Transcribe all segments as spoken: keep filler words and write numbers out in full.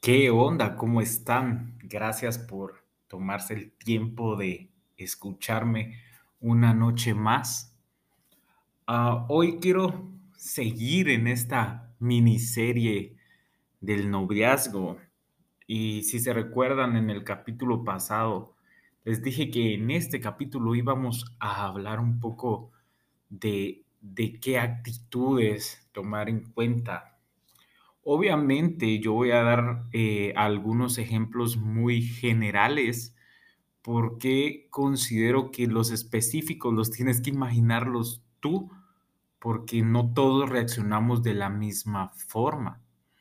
¿Qué onda? ¿Cómo están? Gracias por tomarse el tiempo de escucharme una noche más. Ah, hoy quiero seguir en esta miniserie del noviazgo. Y si se recuerdan en el capítulo pasado, les dije que en este capítulo íbamos a hablar un poco de, de qué actitudes tomar en cuenta. Obviamente, yo voy a dar, eh, algunos ejemplos muy generales, porque considero que los específicos los tienes que imaginarlos tú, porque no todos reaccionamos de la misma forma.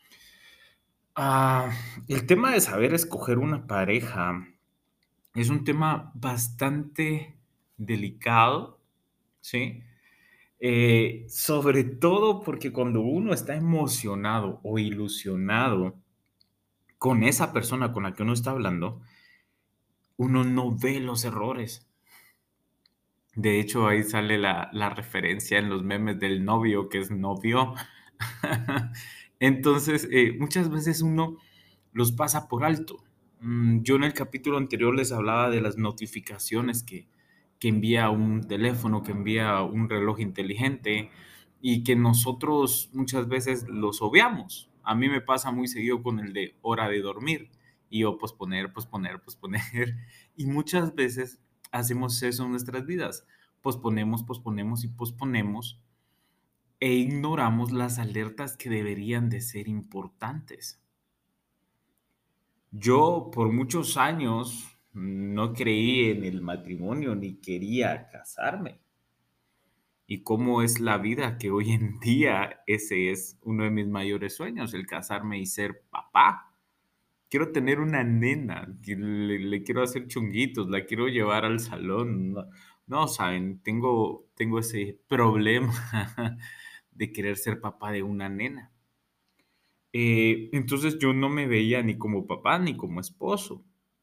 Ah, el tema de saber escoger una pareja es un tema bastante delicado, ¿sí? Eh, sobre todo porque cuando uno está emocionado o ilusionado con esa persona con la que uno está hablando, uno no ve los errores. De hecho, ahí sale la, la referencia en los memes del novio que es novio. Entonces, eh, muchas veces uno los pasa por alto. Mm, Yo en el capítulo anterior les hablaba de las notificaciones que, que envía un teléfono, que envía un reloj inteligente y que nosotros muchas veces los obviamos. A mí me pasa muy seguido con el de hora de dormir y yo posponer, posponer, posponer. Y muchas veces hacemos eso en nuestras vidas. Posponemos, posponemos y posponemos e ignoramos las alertas que deberían de ser importantes. Yo por muchos años no creí en el matrimonio ni quería casarme. Y cómo es la vida que hoy en día ese es uno de mis mayores sueños, el casarme y ser papá. Quiero tener una nena, que le, le quiero hacer chunguitos, la quiero llevar al salón. No, no saben, tengo, tengo ese problema de querer ser papá de una nena. Eh, entonces yo no me veía ni como papá ni como esposo.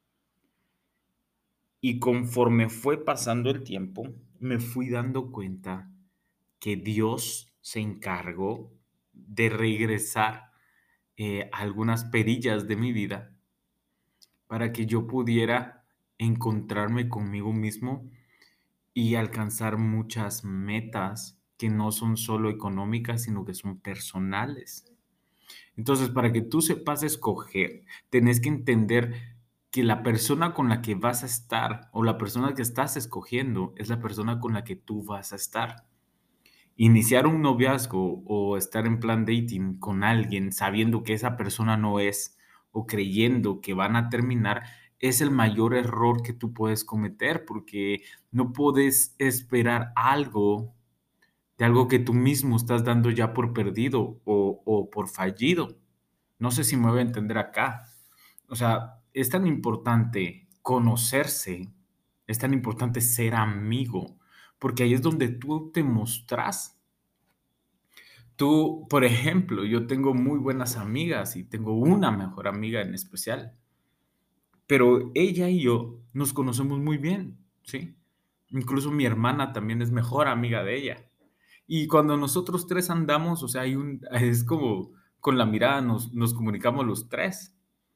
Y conforme fue pasando el tiempo, me fui dando cuenta que Dios se encargó de regresar eh, algunas perillas de mi vida para que yo pudiera encontrarme conmigo mismo y alcanzar muchas metas que no son solo económicas, sino que son personales. Entonces, para que tú sepas escoger, tenés que entender que la persona con la que vas a estar o la persona que estás escogiendo es la persona con la que tú vas a estar. Iniciar un noviazgo o estar en plan dating con alguien sabiendo que esa persona no es o creyendo que van a terminar es el mayor error que tú puedes cometer porque no puedes esperar algo de algo que tú mismo estás dando ya por perdido o, o por fallido. No sé si me voy a entender acá. O sea, es tan importante conocerse, es tan importante ser amigo, porque ahí es donde tú te mostrás. Tú, por ejemplo, yo tengo muy buenas amigas y tengo una mejor amiga en especial, pero ella y yo nos conocemos muy bien, ¿sí? Incluso mi hermana también es mejor amiga de ella. Y cuando nosotros tres andamos, o sea, hay un, es como con la mirada nos, nos comunicamos los tres.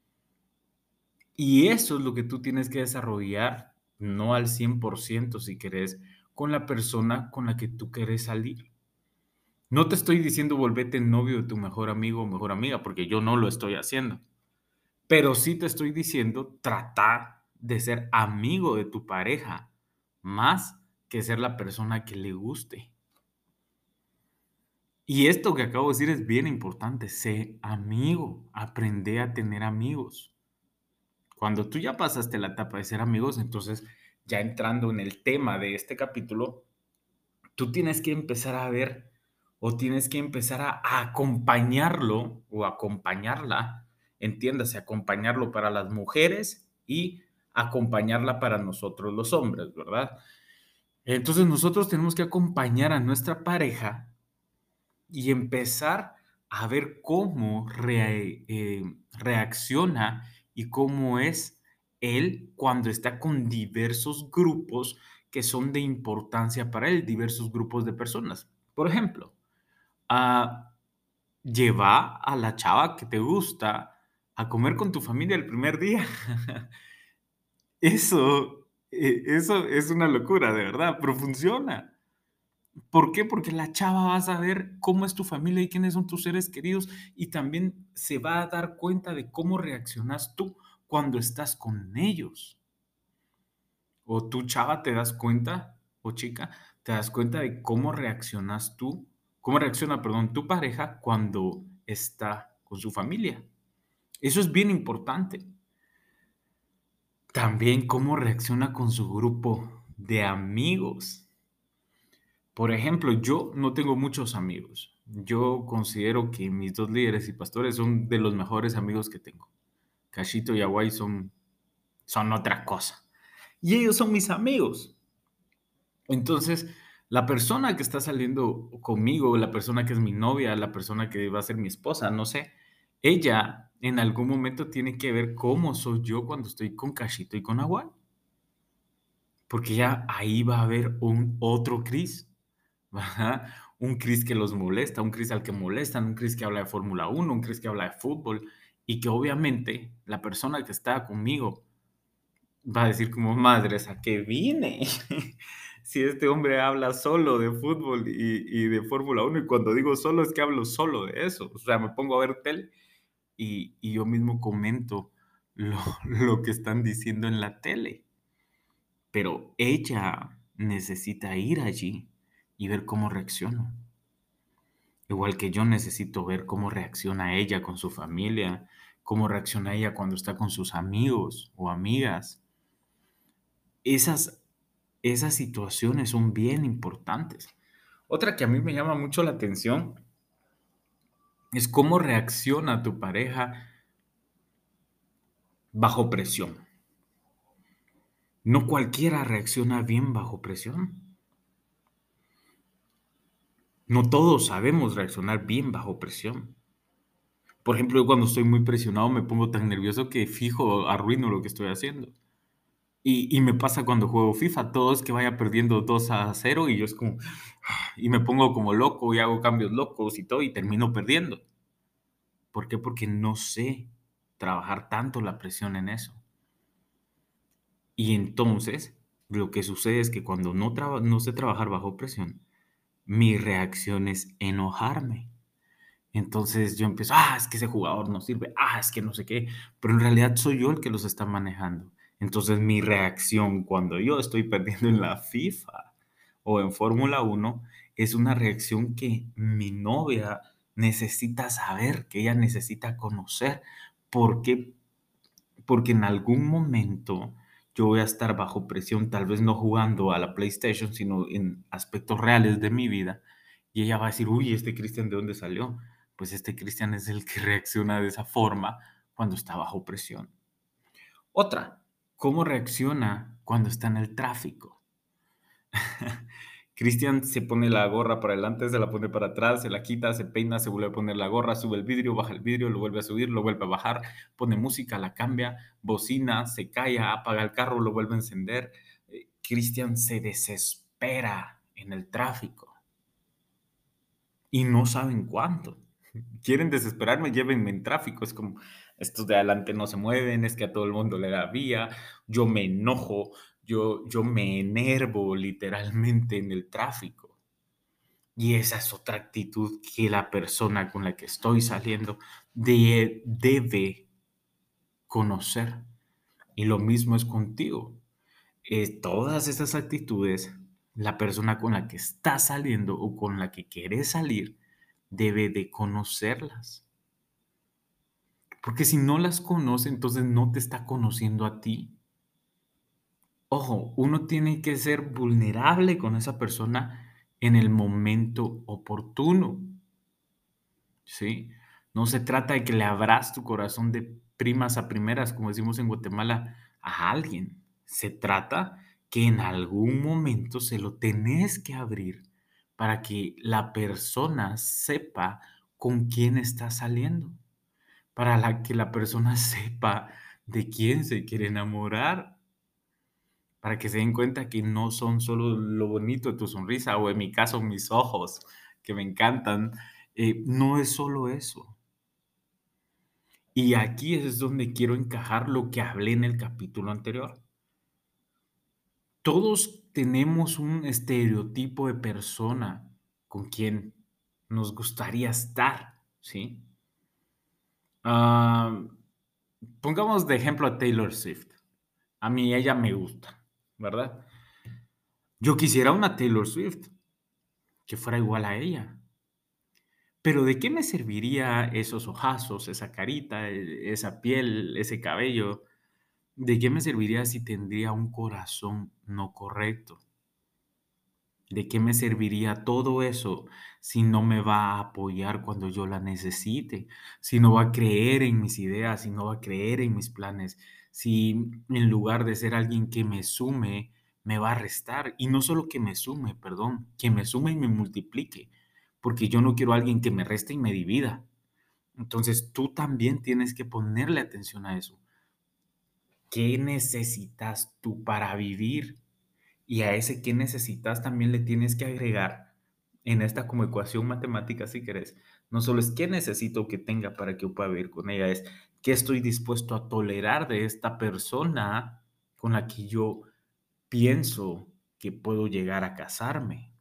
Y eso es lo que tú tienes que desarrollar, no al cien por ciento si querés, con la persona con la que tú quieres salir. No te estoy diciendo volvete novio de tu mejor amigo o mejor amiga, porque yo no lo estoy haciendo. Pero sí te estoy diciendo, trata de ser amigo de tu pareja, más que ser la persona que le guste. Y esto que acabo de decir es bien importante, sé amigo, aprende a tener amigos. Cuando tú ya pasaste la etapa de ser amigos, entonces ya entrando en el tema de este capítulo, tú tienes que empezar a ver o tienes que empezar a, a acompañarlo o acompañarla, entiéndase, acompañarlo para las mujeres y acompañarla para nosotros los hombres, ¿verdad? Entonces nosotros tenemos que acompañar a nuestra pareja y empezar a ver cómo re- eh, reacciona y cómo es él cuando está con diversos grupos que son de importancia para él, diversos grupos de personas. Por ejemplo, ah, lleva a la chava que te gusta a comer con tu familia el primer día. Eso, eh, eso es una locura, de verdad, pero funciona. ¿Por qué? Porque la chava va a saber cómo es tu familia y quiénes son tus seres queridos, y también se va a dar cuenta de cómo reaccionas tú cuando estás con ellos. O tú, chava, te das cuenta, o chica, te das cuenta de cómo reaccionas tú, cómo reacciona, perdón, tu pareja cuando está con su familia. Eso es bien importante. También cómo reacciona con su grupo de amigos. Por ejemplo, yo no tengo muchos amigos. Yo considero que mis dos líderes y pastores son de los mejores amigos que tengo. Cachito y Aguay son, son otra cosa. Y ellos son mis amigos. Entonces, la persona que está saliendo conmigo, la persona que es mi novia, la persona que va a ser mi esposa, no sé, ella en algún momento tiene que ver cómo soy yo cuando estoy con Cachito y con Aguay. Porque ya ahí va a haber un otro Chris. Ajá, un Chris que los molesta, un Chris al que molestan, un Chris que habla de Fórmula Uno, un Chris que habla de fútbol, y que obviamente la persona que está conmigo va a decir como: "Madres, ¿a qué vine?". Si este hombre habla solo de fútbol y y de Fórmula Uno, y cuando digo solo es que hablo solo de eso. O sea, me pongo a ver tele y y yo mismo comento lo lo que están diciendo en la tele. Pero ella necesita ir allí y ver cómo reacciono. Igual que yo necesito ver cómo reacciona ella con su familia, cómo reacciona ella cuando está con sus amigos o amigas. Esas, esas situaciones son bien importantes. Otra que a mí me llama mucho la atención es cómo reacciona tu pareja bajo presión. No cualquiera reacciona bien bajo presión. No todos sabemos reaccionar bien bajo presión. Por ejemplo, yo cuando estoy muy presionado me pongo tan nervioso que fijo arruino lo que estoy haciendo. Y y me pasa cuando juego FIFA, todo es que vaya perdiendo dos a cero y yo es como y me pongo como loco y hago cambios locos y todo y termino perdiendo. ¿Por qué? Porque no sé trabajar tanto la presión en eso. Y entonces, lo que sucede es que cuando no traba no sé trabajar bajo presión, mi reacción es enojarme. Entonces yo empiezo, ah, es que ese jugador no sirve, ah, es que no sé qué, pero en realidad soy yo el que los está manejando. Entonces mi reacción cuando yo estoy perdiendo en la FIFA o en Fórmula Uno es una reacción que mi novia necesita saber, que ella necesita conocer. ¿Por qué? Porque en algún momento yo voy a estar bajo presión, tal vez no jugando a la PlayStation, sino en aspectos reales de mi vida, y ella va a decir: "Uy, ¿este Cristian de dónde salió?". Pues este Cristian es el que reacciona de esa forma cuando está bajo presión. Otra, ¿cómo reacciona cuando está en el tráfico? Cristian se pone la gorra para adelante, se la pone para atrás, se la quita, se peina, se vuelve a poner la gorra, sube el vidrio, baja el vidrio, lo vuelve a subir, lo vuelve a bajar, pone música, la cambia, bocina, se calla, apaga el carro, lo vuelve a encender. Eh, Cristian se desespera en el tráfico y no saben cuánto. Quieren desesperarme, llévenme en tráfico. Es como, estos de adelante no se mueven, es que a todo el mundo le da vía, yo me enojo, yo, yo me enervo literalmente en el tráfico. Y esa es otra actitud que la persona con la que estoy saliendo de- debe conocer. Y lo mismo es contigo. Eh, todas esas actitudes, la persona con la que estás saliendo o con la que quieres salir debe de conocerlas. Porque si no las conoce, entonces no te está conociendo a ti. Ojo, uno tiene que ser vulnerable con esa persona en el momento oportuno. ¿Sí? No se trata de que le abras tu corazón de primas a primeras, como decimos en Guatemala, a alguien. Se trata que en algún momento se lo tenés que abrir para que la persona sepa con quién está saliendo, para la que la persona sepa de quién se quiere enamorar, para que se den cuenta que no son solo lo bonito de tu sonrisa, o en mi caso, mis ojos, que me encantan, eh, no es solo eso. Y aquí es donde quiero encajar lo que hablé en el capítulo anterior. Todos tenemos un estereotipo de persona con quien nos gustaría estar, ¿sí? Ah, pongamos de ejemplo a Taylor Swift. A mí ella me gusta, ¿verdad? Yo quisiera una Taylor Swift que fuera igual a ella. Pero ¿de qué me serviría esos ojazos, esa carita, e esa piel, ese cabello? ¿De qué me serviría si tendría un corazón no correcto? ¿De qué me serviría todo eso si no me va a apoyar cuando yo la necesite? Si no va a creer en mis ideas, si no va a creer en mis planes, si en lugar de ser alguien que me sume, me va a restar. Y no solo que me sume, perdón, que me sume y me multiplique, porque yo no quiero a alguien que me reste y me divida. Entonces tú también tienes que ponerle atención a eso. ¿Qué necesitas tú para vivir? Y a ese qué necesitas también le tienes que agregar en esta como ecuación matemática, si querés. No solo es qué necesito que tenga para que yo pueda vivir con ella, es qué estoy dispuesto a tolerar de esta persona con la que yo pienso que puedo llegar a casarme.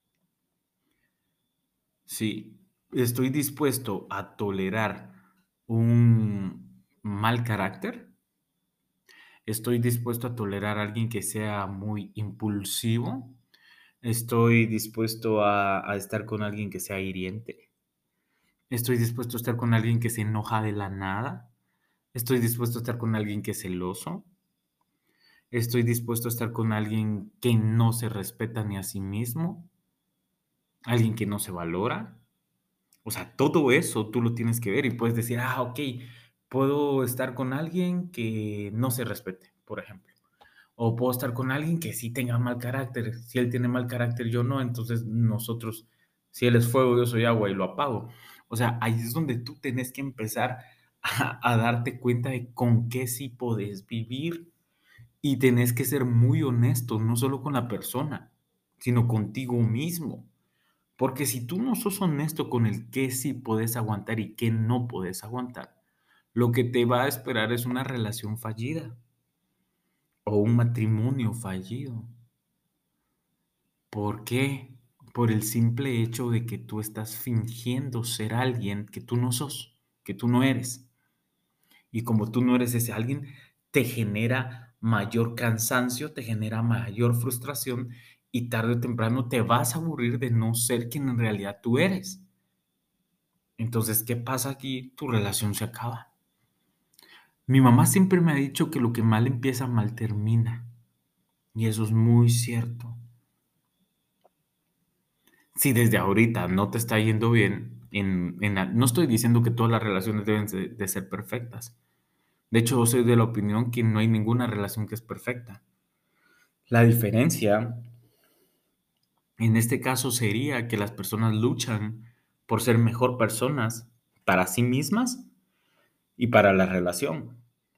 Sí, estoy dispuesto a tolerar un mal carácter. Estoy dispuesto a tolerar a alguien que sea muy impulsivo. Estoy dispuesto a, a estar con alguien que sea hiriente. Estoy dispuesto a estar con alguien que se enoja de la nada. Estoy dispuesto a estar con alguien que es celoso. Estoy dispuesto a estar con alguien que no se respeta ni a sí mismo. Alguien que no se valora. O sea, todo eso tú lo tienes que ver y puedes decir, ah, ok, puedo estar con alguien que no se respete, por ejemplo. O puedo estar con alguien que sí tenga mal carácter. Si él tiene mal carácter, yo no. Entonces nosotros, si él es fuego, yo soy agua y lo apago. O sea, ahí es donde tú tienes que empezar a, a darte cuenta de con qué sí podés vivir. Y tenés que ser muy honesto, no solo con la persona, sino contigo mismo. Porque si tú no sos honesto con el qué sí podés aguantar y qué no podés aguantar, lo que te va a esperar es una relación fallida o un matrimonio fallido. ¿Por qué? Por el simple hecho de que tú estás fingiendo ser alguien que tú no sos, que tú no eres. Y como tú no eres ese alguien, te genera mayor cansancio, te genera mayor frustración y tarde o temprano te vas a aburrir de no ser quien en realidad tú eres. Entonces, ¿qué pasa aquí? Tu relación se acaba. Mi mamá siempre me ha dicho que lo que mal empieza, mal termina. Y eso es muy cierto. Si desde ahorita no te está yendo bien, en, en la- no estoy diciendo que todas las relaciones deben de, de ser perfectas. De hecho, yo soy de la opinión que no hay ninguna relación que es perfecta. La diferencia en este caso sería que las personas luchan por ser mejor personas para sí mismas y para la relación.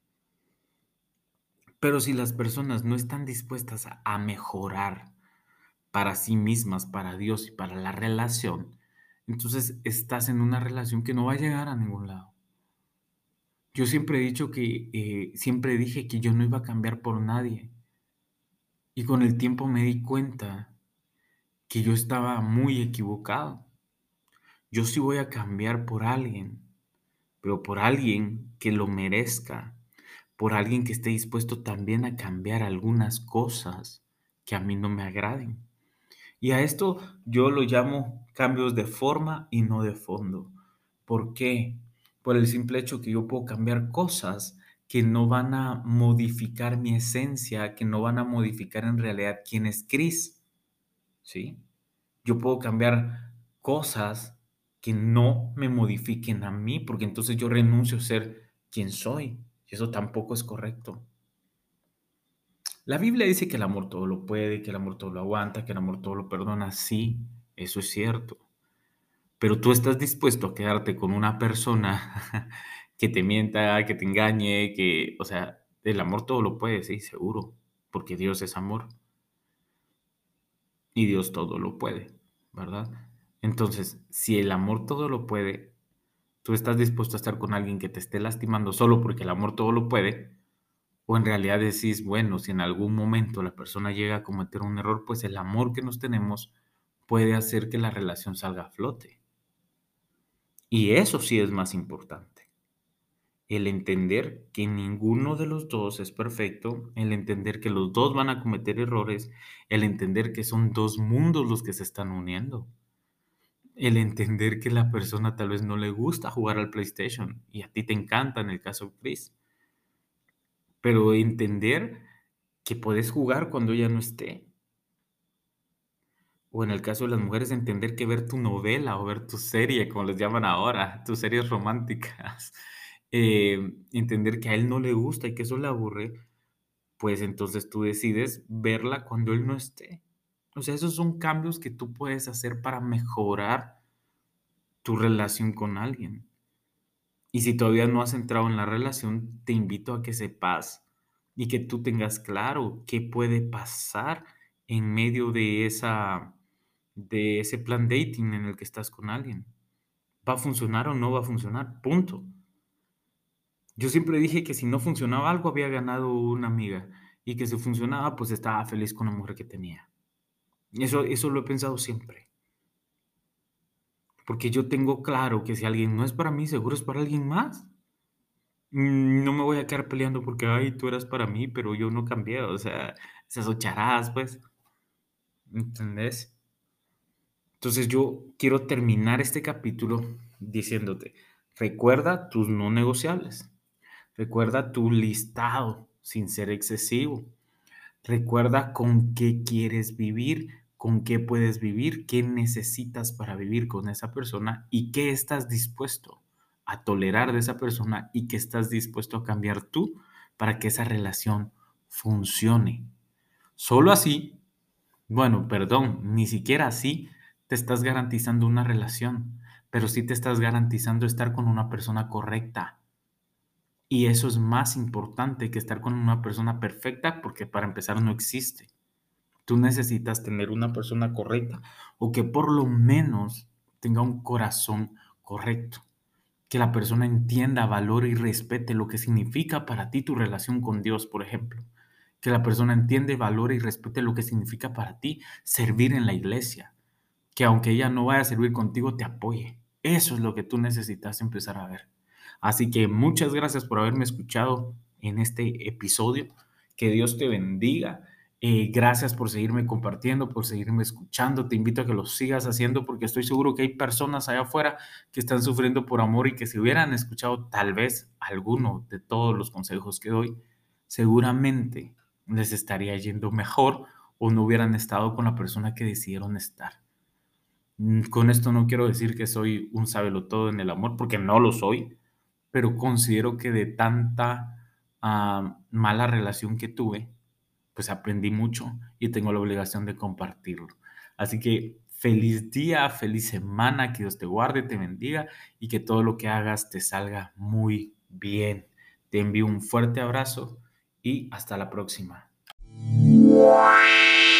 Pero si las personas no están dispuestas a, a mejorar para sí mismas, para Dios y para la relación, entonces estás en una relación que no va a llegar a ningún lado. Yo siempre he dicho que, eh, siempre dije que yo no iba a cambiar por nadie. Y con el tiempo me di cuenta que yo estaba muy equivocado. Yo sí voy a cambiar por alguien, pero por alguien que lo merezca, por alguien que esté dispuesto también a cambiar algunas cosas que a mí no me agraden. Y a esto yo lo llamo cambios de forma y no de fondo. ¿Por qué? Por el simple hecho que yo puedo cambiar cosas que no van a modificar mi esencia, que no van a modificar en realidad quién es Cris, ¿sí? Yo puedo cambiar cosas que no me modifiquen a mí, porque entonces yo renuncio a ser quien soy, y eso tampoco es correcto. La Biblia dice que el amor todo lo puede, que el amor todo lo aguanta, que el amor todo lo perdona. Sí, eso es cierto. Pero tú estás dispuesto a quedarte con una persona que te mienta, que te engañe, que, o sea, el amor todo lo puede, sí, seguro, porque Dios es amor y Dios todo lo puede, ¿verdad? Entonces, si el amor todo lo puede, ¿Tú estás dispuesto a estar con alguien que te esté lastimando solo porque el amor todo lo puede? ¿O en realidad decís, bueno, si en algún momento la persona llega a cometer un error, pues el amor que nos tenemos puede hacer que la relación salga a flote? Y eso sí es más importante. El entender que ninguno de los dos es perfecto, el entender que los dos van a cometer errores, el entender que son dos mundos los que se están uniendo, el entender que la persona tal vez no le gusta jugar al PlayStation y a ti te encanta en el caso de Chris, pero entender que puedes jugar cuando ella no esté. O en el caso de las mujeres, entender que ver tu novela o ver tu serie, como les llaman ahora, tus series románticas, eh, entender que a él no le gusta y que eso le aburre, pues entonces tú decides verla cuando él no esté. O sea, esos son cambios que tú puedes hacer para mejorar tu relación con alguien. Y si todavía no has entrado en la relación, te invito a que sepas y que tú tengas claro qué puede pasar en medio de esa de ese plan dating en el que estás con alguien. ¿Va a funcionar o no va a funcionar? Punto. Yo siempre dije que si no funcionaba algo, había ganado una amiga, y que si funcionaba, pues estaba feliz con la mujer que tenía. Eso eso lo he pensado siempre, porque yo tengo claro que si alguien no es para mí, seguro es para alguien más. Mm, no me voy a quedar peleando porque, ay, tú eras para mí, pero yo no cambié, o sea, esas son charadas, pues, ¿entendés? Entonces, yo quiero terminar este capítulo diciéndote, recuerda tus no negociables, recuerda tu listado sin ser excesivo, recuerda con qué quieres vivir, con qué puedes vivir, qué necesitas para vivir con esa persona y qué estás dispuesto a tolerar de esa persona y qué estás dispuesto a cambiar tú para que esa relación funcione. Solo así, bueno, perdón, ni siquiera así te estás garantizando una relación, pero sí te estás garantizando estar con una persona correcta. Y eso es más importante que estar con una persona perfecta porque para empezar no existe. Tú necesitas tener una persona correcta o que por lo menos tenga un corazón correcto, que la persona entienda, valore y respete lo que significa para ti tu relación con Dios, por ejemplo. Que la persona entiende, valore y respete lo que significa para ti servir en la iglesia. Que aunque ella no vaya a servir contigo, te apoye. Eso es lo que tú necesitas empezar a ver. Así que muchas gracias por haberme escuchado en este episodio. Que Dios te bendiga. Eh, gracias por seguirme compartiendo, por seguirme escuchando. Te invito a que lo sigas haciendo porque estoy seguro que hay personas allá afuera que están sufriendo por amor y que si hubieran escuchado tal vez alguno de todos los consejos que doy, seguramente les estaría yendo mejor o no hubieran estado con la persona que decidieron estar. Mm, Con esto no quiero decir que soy un todo en el amor, porque no lo soy, pero considero que de tanta ah, mala relación que tuve, pues aprendí mucho y tengo la obligación de compartirlo. Así que feliz día, feliz semana, que Dios te guarde, te bendiga y que todo lo que hagas te salga muy bien. Te envío un fuerte abrazo y hasta la próxima.